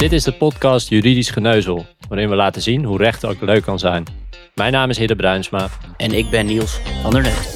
Dit is de podcast Juridisch Geneuzel, waarin we laten zien hoe recht ook leuk kan zijn. Mijn naam is Hidde Bruinsma. En ik ben Niels van der Net.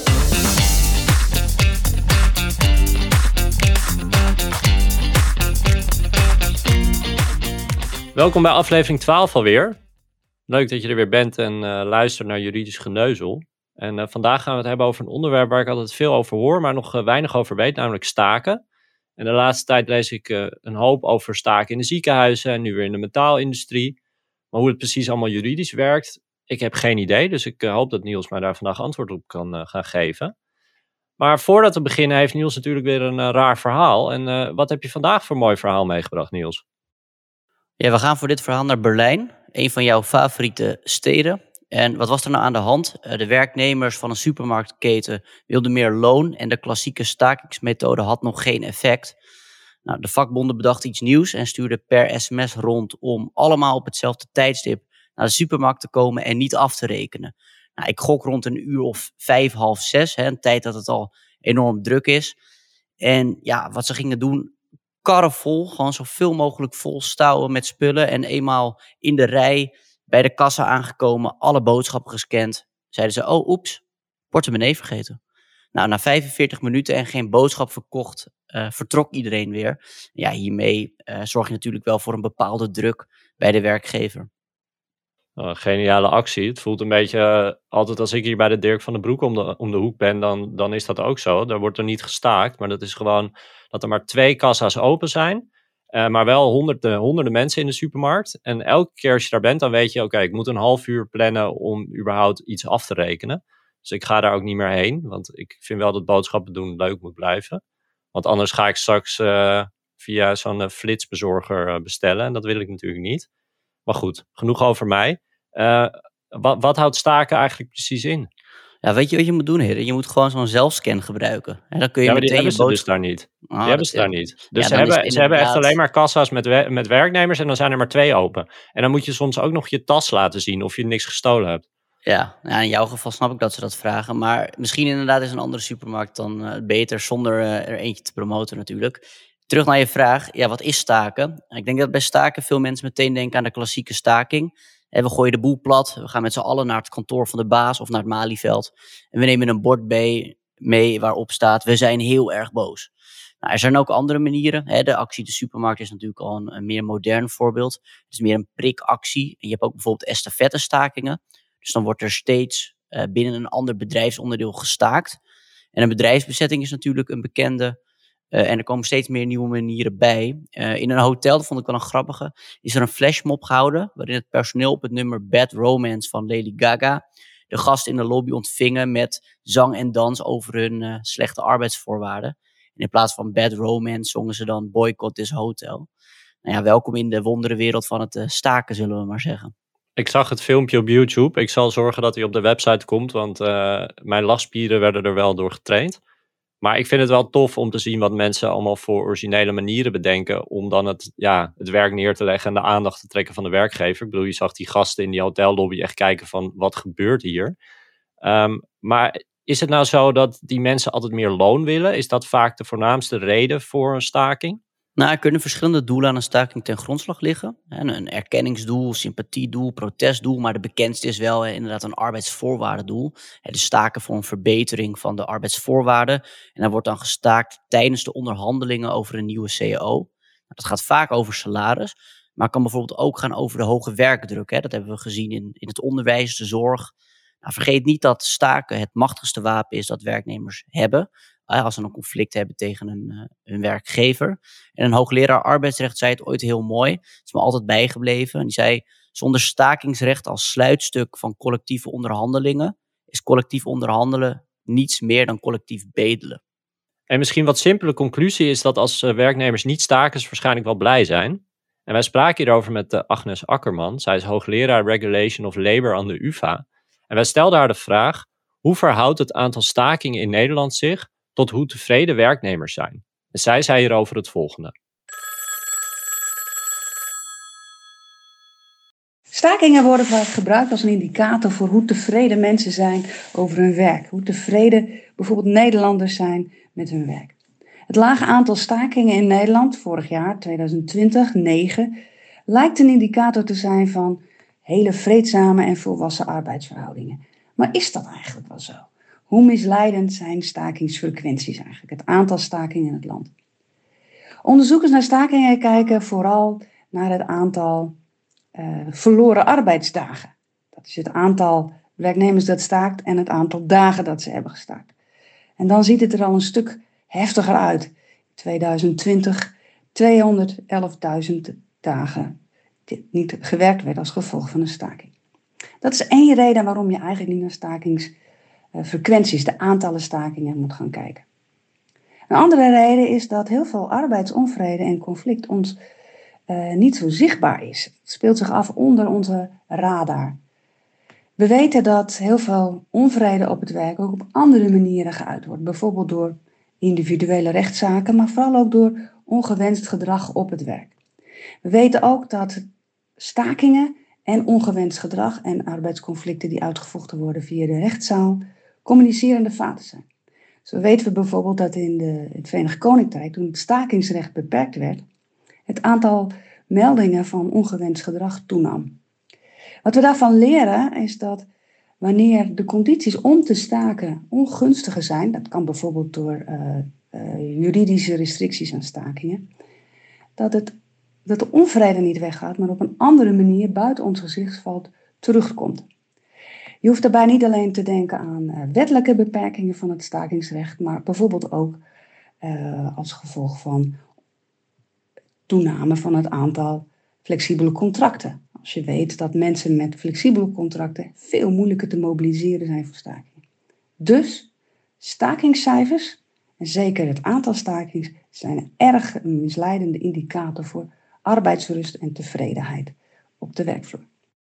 Welkom bij aflevering 12 alweer. Leuk dat je er weer bent en luistert naar Juridisch Geneuzel. En vandaag gaan we het hebben over een onderwerp waar ik altijd veel over hoor, maar nog weinig over weet, namelijk staken. En de laatste tijd lees ik een hoop over staken in de ziekenhuizen en nu weer in de metaalindustrie. Maar hoe het precies allemaal juridisch werkt, ik heb geen idee. Dus ik hoop dat Niels mij daar vandaag antwoord op kan gaan geven. Maar voordat we beginnen heeft Niels natuurlijk weer een raar verhaal. En wat heb je vandaag voor mooi verhaal meegebracht, Niels? Ja, we gaan voor dit verhaal naar Berlijn, een van jouw favoriete steden. En wat was er nou aan de hand? De werknemers van een supermarktketen wilden meer loon en de klassieke stakingsmethode had nog geen effect. Nou, de vakbonden bedachten iets nieuws en stuurden per sms rond om allemaal op hetzelfde tijdstip naar de supermarkt te komen en niet af te rekenen. Nou, ik gok rond een uur of 5, half 6, een tijd dat het al enorm druk is. En ja, wat ze gingen doen, karren vol, gewoon zoveel mogelijk vol stouwen met spullen. En eenmaal in de rij bij de kassa aangekomen, alle boodschappen gescand, zeiden ze, oh oeps, portemonnee vergeten. Nou, na 45 minuten en geen boodschap verkocht, vertrok iedereen weer. Ja, hiermee zorg je natuurlijk wel voor een bepaalde druk bij de werkgever. Geniale actie. Het voelt een beetje, altijd als ik hier bij de Dirk van den Broek om de hoek ben, dan is dat ook zo. Daar wordt er niet gestaakt, maar dat is gewoon dat er maar 2 kassa's open zijn. Maar wel honderden mensen in de supermarkt. En elke keer als je daar bent, dan weet je, oké, ik moet een half uur plannen om überhaupt iets af te rekenen. Dus ik ga daar ook niet meer heen, want ik vind wel dat boodschappen doen leuk moet blijven. Want anders ga ik straks via zo'n flitsbezorger bestellen en dat wil ik natuurlijk niet. Maar goed, genoeg over mij. Wat houdt staken eigenlijk precies in? Ja, weet je wat je moet doen, heren? Je moet gewoon zo'n zelfscan gebruiken. En dan kun je Ja, maar die meteen hebben je ze dus daar niet. Die hebben ze daar niet. Dus Ja, ze hebben echt alleen maar kassa's met werknemers en dan zijn er maar 2 open. En dan moet je soms ook nog je tas laten zien of je niks gestolen hebt. Ja, in jouw geval snap ik dat ze dat vragen. Maar misschien inderdaad is een andere supermarkt dan beter zonder er eentje te promoten natuurlijk. Terug naar je vraag, ja, wat is staken? Ik denk dat bij staken veel mensen meteen denken aan de klassieke staking. We gooien de boel plat, we gaan met z'n allen naar het kantoor van de baas of naar het Malieveld. En we nemen een bord mee waarop staat, we zijn heel erg boos. Nou, er zijn ook andere manieren. De actie de supermarkt is natuurlijk al een meer modern voorbeeld. Het is meer een prikactie. En je hebt ook bijvoorbeeld estafettestakingen. Dus dan wordt er steeds binnen een ander bedrijfsonderdeel gestaakt. En een bedrijfsbezetting is natuurlijk een bekende. En er komen steeds meer nieuwe manieren bij. In een hotel, dat vond ik wel een grappige, is er een flashmob gehouden, waarin het personeel op het nummer Bad Romance van Lady Gaga de gasten in de lobby ontvingen met zang en dans over hun slechte arbeidsvoorwaarden. En in plaats van Bad Romance zongen ze dan Boycott This Hotel. Nou ja, welkom in de wonderenwereld van het staken, zullen we maar zeggen. Ik zag het filmpje op YouTube. Ik zal zorgen dat hij op de website komt, want mijn lachspieren werden er wel door getraind. Maar ik vind het wel tof om te zien wat mensen allemaal voor originele manieren bedenken om dan het werk neer te leggen en de aandacht te trekken van de werkgever. Ik bedoel, je zag die gasten in die hotellobby echt kijken van wat gebeurt hier. Maar is het nou zo dat die mensen altijd meer loon willen? Is dat vaak de voornaamste reden voor een staking? Nou, er kunnen verschillende doelen aan een staking ten grondslag liggen. Een erkenningsdoel, sympathiedoel, protestdoel. Maar de bekendste is wel inderdaad een arbeidsvoorwaardendoel. Dus staken voor een verbetering van de arbeidsvoorwaarden. En dan wordt dan gestaakt tijdens de onderhandelingen over een nieuwe CAO. Dat gaat vaak over salaris. Maar het kan bijvoorbeeld ook gaan over de hoge werkdruk. Dat hebben we gezien in het onderwijs, de zorg. Nou, vergeet niet dat staken het machtigste wapen is dat werknemers hebben. Als ze een conflict hebben tegen hun werkgever. En een hoogleraar arbeidsrecht zei het ooit heel mooi. Het is me altijd bijgebleven. En die zei, zonder stakingsrecht als sluitstuk van collectieve onderhandelingen is collectief onderhandelen niets meer dan collectief bedelen. En misschien wat simpele conclusie is dat als werknemers niet staken, ze waarschijnlijk wel blij zijn. En wij spraken hierover met Agnes Akkerman. Zij is hoogleraar Regulation of Labor aan de UvA. En wij stelden haar de vraag, hoe verhoudt het aantal stakingen in Nederland zich tot hoe tevreden werknemers zijn? En zij zei hierover het volgende. Stakingen worden vaak gebruikt als een indicator voor hoe tevreden mensen zijn over hun werk. Hoe tevreden bijvoorbeeld Nederlanders zijn met hun werk. Het lage aantal stakingen in Nederland, vorig jaar, 2020, 9, lijkt een indicator te zijn van hele vreedzame en volwassen arbeidsverhoudingen. Maar is dat eigenlijk wel zo? Hoe misleidend zijn stakingsfrequenties eigenlijk, het aantal stakingen in het land? Onderzoekers naar stakingen kijken vooral naar het aantal verloren arbeidsdagen. Dat is het aantal werknemers dat staakt en het aantal dagen dat ze hebben gestaakt. En dan ziet het er al een stuk heftiger uit. In 2020 211.000 dagen die niet gewerkt werd als gevolg van een staking. Dat is één reden waarom je eigenlijk niet naar stakingsfrequenties, de aantallen stakingen, moet gaan kijken. Een andere reden is dat heel veel arbeidsonvrede en conflict ons niet zo zichtbaar is. Het speelt zich af onder onze radar. We weten dat heel veel onvrede op het werk ook op andere manieren geuit wordt. Bijvoorbeeld door individuele rechtszaken, maar vooral ook door ongewenst gedrag op het werk. We weten ook dat stakingen en ongewenst gedrag en arbeidsconflicten die uitgevochten worden via de rechtszaal communicerende vaten zijn. Zo weten we bijvoorbeeld dat in het Verenigd Koninkrijk, toen het stakingsrecht beperkt werd, het aantal meldingen van ongewenst gedrag toenam. Wat we daarvan leren is dat wanneer de condities om te staken ongunstiger zijn, dat kan bijvoorbeeld door juridische restricties aan stakingen, dat de onvrede niet weggaat, maar op een andere manier buiten ons gezichtsveld terugkomt. Je hoeft daarbij niet alleen te denken aan wettelijke beperkingen van het stakingsrecht, maar bijvoorbeeld ook als gevolg van toename van het aantal flexibele contracten. Als je weet dat mensen met flexibele contracten veel moeilijker te mobiliseren zijn voor stakingen. Dus stakingscijfers, en zeker het aantal stakings, zijn een erg misleidende indicator voor arbeidsrust en tevredenheid op de werkvloer.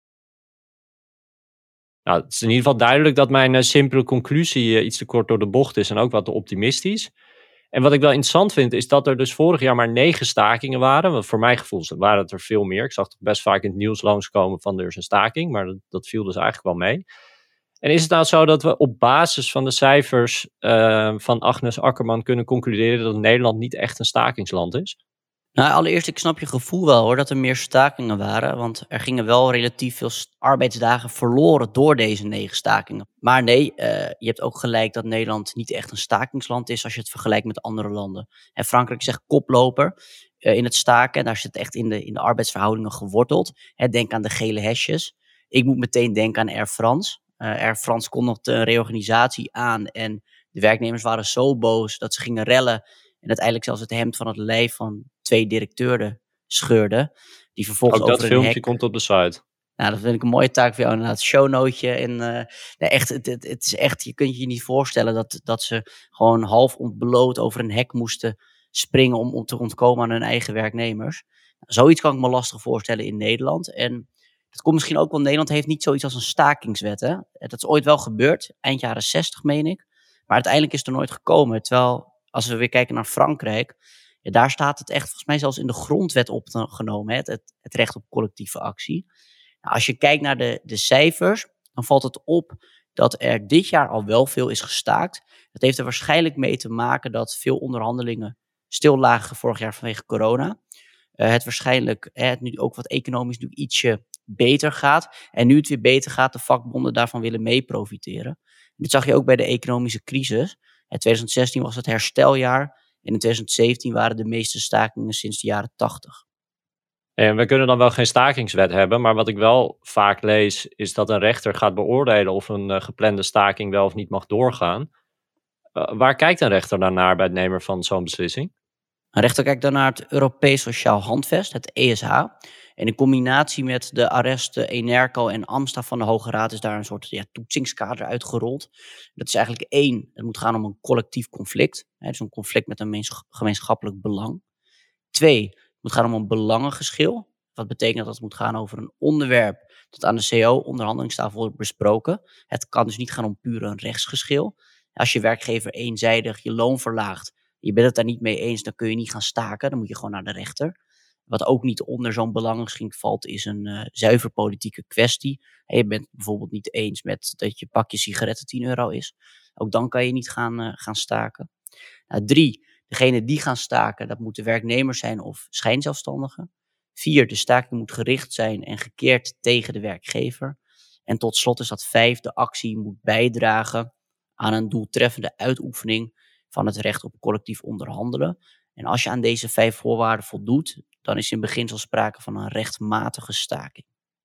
Nou, het is in ieder geval duidelijk dat mijn simpele conclusie iets te kort door de bocht is en ook wat te optimistisch. En wat ik wel interessant vind, is dat er dus vorig jaar maar 9 stakingen waren. Want voor mijn gevoel waren het er veel meer. Ik zag toch best vaak in het nieuws langskomen van er is een staking, maar dat viel dus eigenlijk wel mee. En is het nou zo dat we op basis van de cijfers van Agnes Akkerman kunnen concluderen dat Nederland niet echt een stakingsland is? Nou, allereerst, ik snap je gevoel wel hoor, dat er meer stakingen waren. Want er gingen wel relatief veel arbeidsdagen verloren door deze 9 stakingen. Maar nee, je hebt ook gelijk dat Nederland niet echt een stakingsland is als je het vergelijkt met andere landen. En Frankrijk zegt koploper in het staken. En daar zit echt in de arbeidsverhoudingen geworteld. Denk aan de gele hesjes. Ik moet meteen denken aan Air France. Air France kondigde een reorganisatie aan en de werknemers waren zo boos dat ze gingen rellen. En uiteindelijk zelfs het hemd van het lijf van 2 directeuren scheurde. Die vervolgens ook dat over een filmpje hek... komt op de site. Nou, dat vind ik een mooie taak voor jou, inderdaad. Shownootje. En nee, echt, het is echt, je kunt je niet voorstellen dat ze gewoon half ontbloot over een hek moesten springen om te ontkomen aan hun eigen werknemers. Nou, zoiets kan ik me lastig voorstellen in Nederland. En dat komt misschien ook, want Nederland heeft niet zoiets als een stakingswet. Hè? Dat is ooit wel gebeurd, eind jaren 60 meen ik. Maar uiteindelijk is het er nooit gekomen. Terwijl, als we weer kijken naar Frankrijk, ja, daar staat het echt volgens mij zelfs in de grondwet opgenomen, het recht op collectieve actie. Nou, als je kijkt naar de cijfers, dan valt het op dat er dit jaar al wel veel is gestaakt. Dat heeft er waarschijnlijk mee te maken dat veel onderhandelingen stil lagen vorig jaar vanwege corona. Het waarschijnlijk het nu ook wat economisch nu ietsje beter gaat. En nu het weer beter gaat, de vakbonden daarvan willen mee profiteren. Dit zag je ook bij de economische crisis. In 2016 was het hersteljaar en in 2017 waren de meeste stakingen sinds de jaren 80. En we kunnen dan wel geen stakingswet hebben, maar wat ik wel vaak lees is dat een rechter gaat beoordelen of een geplande staking wel of niet mag doorgaan. Waar kijkt een rechter dan naar bij het nemen van zo'n beslissing? Een rechter kijkt dan naar het Europees Sociaal Handvest, het ESH. En in combinatie met de arresten Enerco en Amsta van de Hoge Raad is daar een soort toetsingskader uitgerold. Dat is eigenlijk 1, het moet gaan om een collectief conflict. Dus een conflict met een gemeenschappelijk belang. 2, het moet gaan om een belangengeschil. Wat betekent dat het moet gaan over een onderwerp dat aan de CO-onderhandelingstafel wordt besproken. Het kan dus niet gaan om puur een rechtsgeschil. Als je werkgever eenzijdig je loon verlaagt, je bent het daar niet mee eens, dan kun je niet gaan staken. Dan moet je gewoon naar de rechter. Wat ook niet onder zo'n belangengeschil valt, is een zuiver politieke kwestie. Je bent bijvoorbeeld niet eens met dat je pakje sigaretten €10 is. Ook dan kan je niet gaan staken. 3, degene die gaan staken, dat moeten werknemers zijn of schijnzelfstandigen. 4, de staking moet gericht zijn en gekeerd tegen de werkgever. En tot slot is dat 5, de actie moet bijdragen aan een doeltreffende uitoefening van het recht op collectief onderhandelen. En als je aan deze 5 voorwaarden voldoet, dan is in beginsel sprake van een rechtmatige staking.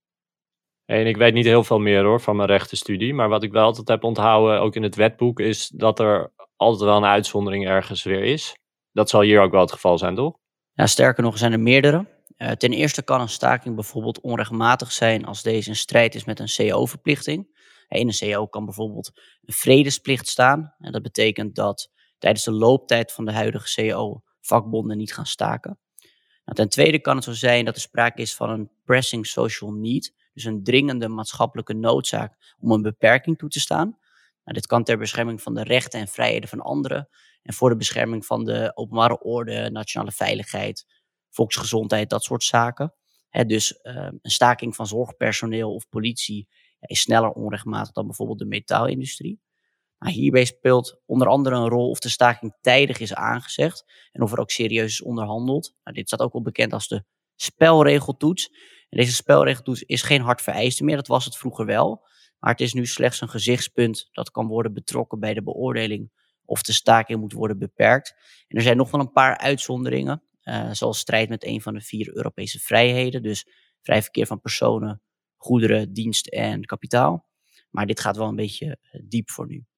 En ik weet niet heel veel meer hoor van mijn rechtenstudie, maar wat ik wel altijd heb onthouden, ook in het wetboek, is dat er altijd wel een uitzondering ergens weer is. Dat zal hier ook wel het geval zijn, toch? Ja, sterker nog, er zijn er meerdere. Ten eerste kan een staking bijvoorbeeld onrechtmatig zijn als deze in strijd is met een CO-verplichting. In een CO kan bijvoorbeeld een vredesplicht staan. En dat betekent dat tijdens de looptijd van de huidige CO vakbonden niet gaan staken. Nou, ten tweede kan het zo zijn dat er sprake is van een pressing social need, dus een dringende maatschappelijke noodzaak om een beperking toe te staan. Nou, dit kan ter bescherming van de rechten en vrijheden van anderen en voor de bescherming van de openbare orde, nationale veiligheid, volksgezondheid, dat soort zaken. Dus een staking van zorgpersoneel of politie is sneller onrechtmatig dan bijvoorbeeld de metaalindustrie. Nou, hierbij speelt onder andere een rol of de staking tijdig is aangezegd en of er ook serieus is onderhandeld. Nou, dit staat ook wel bekend als de spelregeltoets. En deze spelregeltoets is geen hard vereiste meer, dat was het vroeger wel. Maar het is nu slechts een gezichtspunt dat kan worden betrokken bij de beoordeling of de staking moet worden beperkt. En er zijn nog wel een paar uitzonderingen, zoals strijd met een van de 4 Europese vrijheden. Dus vrij verkeer van personen, goederen, dienst en kapitaal. Maar dit gaat wel een beetje diep voor nu.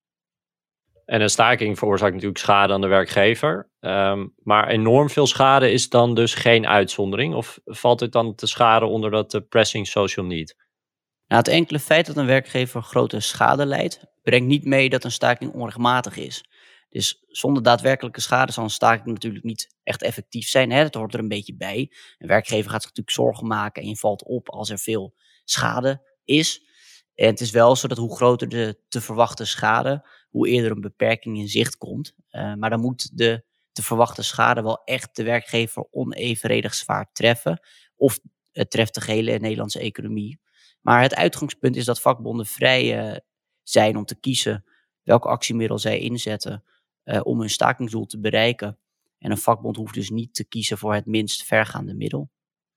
En een staking veroorzaakt natuurlijk schade aan de werkgever. Maar enorm veel schade is dan dus geen uitzondering? Of valt dit dan te schade onder dat pressing social need? Nou, het enkele feit dat een werkgever grote schade leidt, brengt niet mee dat een staking onrechtmatig is. Dus zonder daadwerkelijke schade zal een staking natuurlijk niet echt effectief zijn. Dat hoort er een beetje bij. Een werkgever gaat zich natuurlijk zorgen maken en je valt op als er veel schade is. En het is wel zo dat hoe groter de te verwachten schade, hoe eerder een beperking in zicht komt. Maar dan moet de te verwachte schade wel echt de werkgever onevenredig zwaar treffen. Of het treft de gehele Nederlandse economie. Maar het uitgangspunt is dat vakbonden vrij zijn om te kiezen welk actiemiddel zij inzetten om hun stakingsdoel te bereiken. En een vakbond hoeft dus niet te kiezen voor het minst vergaande middel.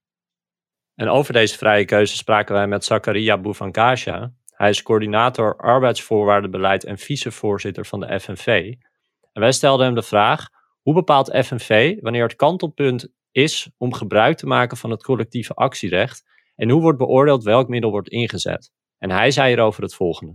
En over deze vrije keuze spraken wij met Zakaria Bouvankasha. Hij is coördinator arbeidsvoorwaardenbeleid en vicevoorzitter van de FNV. En wij stelden hem de vraag: hoe bepaalt FNV wanneer het kantelpunt is om gebruik te maken van het collectieve actierecht? En hoe wordt beoordeeld welk middel wordt ingezet? En hij zei hierover het volgende.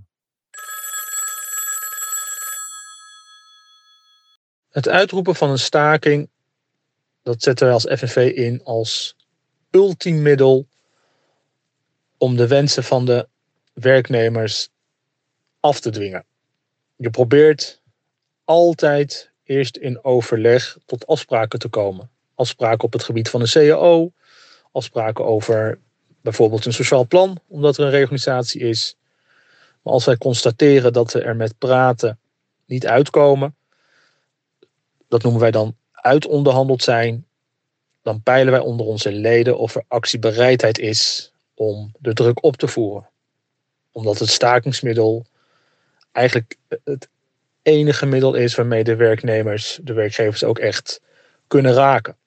Het uitroepen van een staking, dat zetten wij als FNV in als ultiem middel om de wensen van de werknemers af te dwingen. Je probeert altijd eerst in overleg tot afspraken te komen. Afspraken op het gebied van een CAO, afspraken over bijvoorbeeld een sociaal plan, omdat er een reorganisatie is. Maar als wij constateren dat we er met praten niet uitkomen, dat noemen wij dan uitonderhandeld zijn, dan peilen wij onder onze leden of er actiebereidheid is om de druk op te voeren. Omdat het stakingsmiddel eigenlijk het enige middel is waarmee de werknemers, de werkgevers ook echt kunnen raken.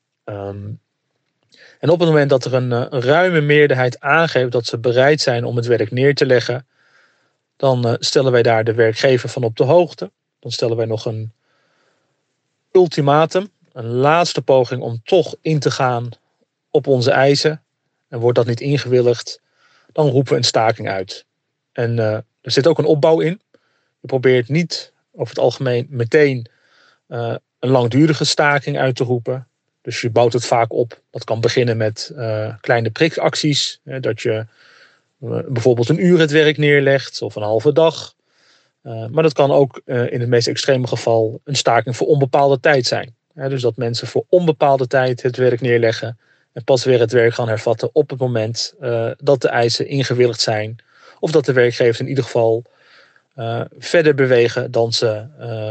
En op het moment dat er een ruime meerderheid aangeeft dat ze bereid zijn om het werk neer te leggen, dan stellen wij daar de werkgever van op de hoogte. Dan stellen wij nog een ultimatum, een laatste poging om toch in te gaan op onze eisen. En wordt dat niet ingewilligd, dan roepen we een staking uit. En er zit ook een opbouw in. Je probeert niet over het algemeen meteen een langdurige staking uit te roepen. Dus je bouwt het vaak op. Dat kan beginnen met kleine prikacties. Dat je bijvoorbeeld een uur het werk neerlegt of een halve dag. Maar dat kan ook in het meest extreme geval een staking voor onbepaalde tijd zijn. Dus dat mensen voor onbepaalde tijd het werk neerleggen en pas weer het werk gaan hervatten op het moment dat de eisen ingewilligd zijn. Of dat de werkgevers in ieder geval verder bewegen dan ze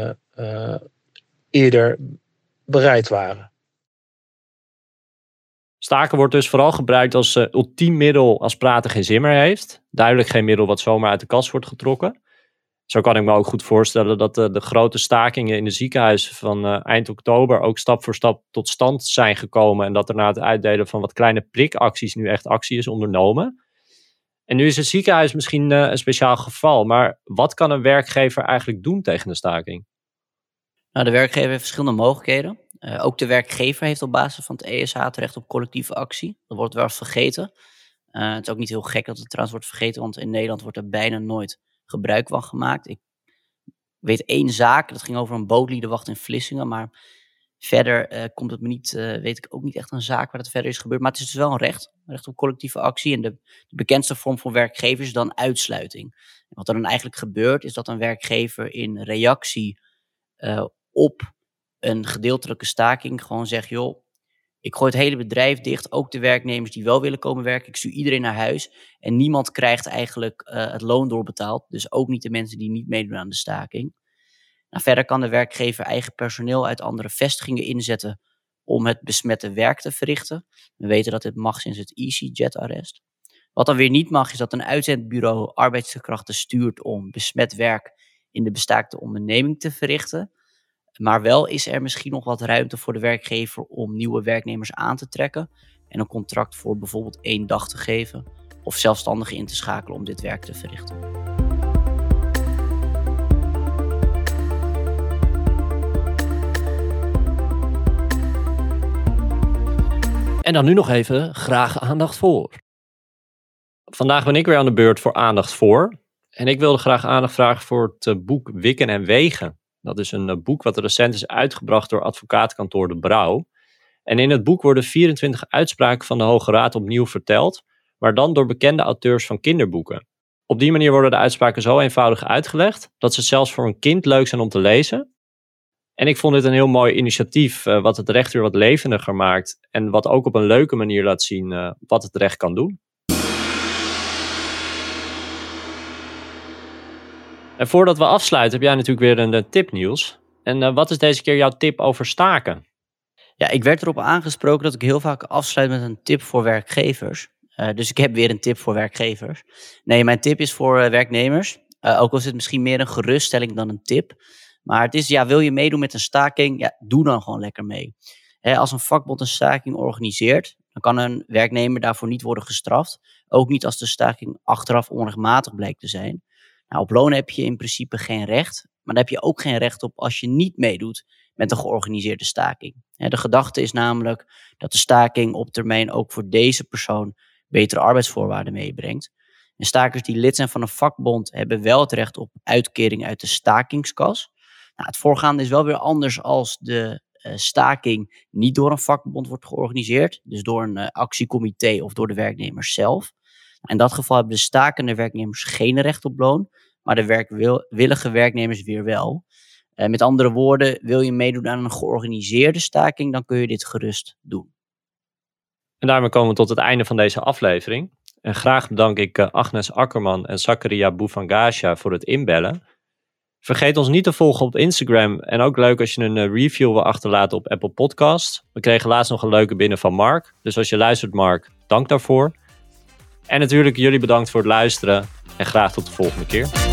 eerder bereid waren. Staken wordt dus vooral gebruikt als ultiem middel als praten geen zin meer heeft. Duidelijk geen middel wat zomaar uit de kast wordt getrokken. Zo kan ik me ook goed voorstellen dat de grote stakingen in de ziekenhuizen van eind oktober ook stap voor stap tot stand zijn gekomen. En dat er na het uitdelen van wat kleine prikacties nu echt actie is ondernomen. En nu is het ziekenhuis misschien een speciaal geval. Maar wat kan een werkgever eigenlijk doen tegen de staking? Nou, de werkgever heeft verschillende mogelijkheden. Ook de werkgever heeft op basis van het ESH het recht op collectieve actie. Dat wordt wel eens vergeten. Het is ook niet heel gek dat het trouwens wordt vergeten, want in Nederland wordt er bijna nooit gebruik van gemaakt. Ik weet één zaak, dat ging over een bootliedenwacht in Vlissingen, maar verder komt het me niet, weet ik ook niet echt een zaak waar het verder is gebeurd. Maar het is dus wel een recht op collectieve actie. En de bekendste vorm van werkgever is dan uitsluiting. En wat er dan eigenlijk gebeurt, is dat een werkgever in reactie op een gedeeltelijke staking gewoon zegt, joh, ik gooi het hele bedrijf dicht, ook de werknemers die wel willen komen werken. Ik stuur iedereen naar huis en niemand krijgt eigenlijk het loon doorbetaald. Dus ook niet de mensen die niet meedoen aan de staking. Nou, verder kan de werkgever eigen personeel uit andere vestigingen inzetten om het besmette werk te verrichten. We weten dat dit mag sinds het EasyJet-arrest. Wat dan weer niet mag, is dat een uitzendbureau arbeidskrachten stuurt om besmet werk in de bestaakte onderneming te verrichten. Maar wel is er misschien nog wat ruimte voor de werkgever om nieuwe werknemers aan te trekken en een contract voor bijvoorbeeld 1 dag te geven of zelfstandigen in te schakelen om dit werk te verrichten. En dan nu nog even graag aandacht voor. Vandaag ben ik weer aan de beurt voor aandacht voor. En ik wilde graag aandacht vragen voor het boek Wikken en Wegen. Dat is een boek wat recent is uitgebracht door advocaatkantoor De Brouw. En in het boek worden 24 uitspraken van de Hoge Raad opnieuw verteld, maar dan door bekende auteurs van kinderboeken. Op die manier worden de uitspraken zo eenvoudig uitgelegd dat ze zelfs voor een kind leuk zijn om te lezen. En ik vond dit een heel mooi initiatief wat het recht weer wat levendiger maakt en wat ook op een leuke manier laat zien wat het recht kan doen. En voordat we afsluiten heb jij natuurlijk weer een tip, Niels. En wat is deze keer jouw tip over staken? Ja, ik werd erop aangesproken dat ik heel vaak afsluit met een tip voor werkgevers. Dus ik heb weer een tip voor werkgevers. Nee, mijn tip is voor werknemers. Ook al is het misschien meer een geruststelling dan een tip. Maar het is, wil je meedoen met een staking? Ja, doe dan gewoon lekker mee. Als een vakbond een staking organiseert, dan kan een werknemer daarvoor niet worden gestraft. Ook niet als de staking achteraf onrechtmatig blijkt te zijn. Nou, op loon heb je in principe geen recht, maar daar heb je ook geen recht op als je niet meedoet met een georganiseerde staking. De gedachte is namelijk dat de staking op termijn ook voor deze persoon betere arbeidsvoorwaarden meebrengt. En stakers die lid zijn van een vakbond hebben wel het recht op uitkering uit de stakingskas. Nou, het voorgaande is wel weer anders als de staking niet door een vakbond wordt georganiseerd, dus door een actiecomité of door de werknemers zelf. In dat geval hebben de stakende werknemers geen recht op loon, maar de werkwillige werknemers weer wel. Met andere woorden, wil je meedoen aan een georganiseerde staking, dan kun je dit gerust doen. En daarmee komen we tot het einde van deze aflevering. En graag bedank ik Agnes Akkerman en Zakaria Boufangasha voor het inbellen. Vergeet ons niet te volgen op Instagram en ook leuk als je een review wil achterlaten op Apple Podcasts. We kregen laatst nog een leuke binnen van Mark, dus als je luistert Mark, dank daarvoor. En natuurlijk jullie bedankt voor het luisteren en graag tot de volgende keer.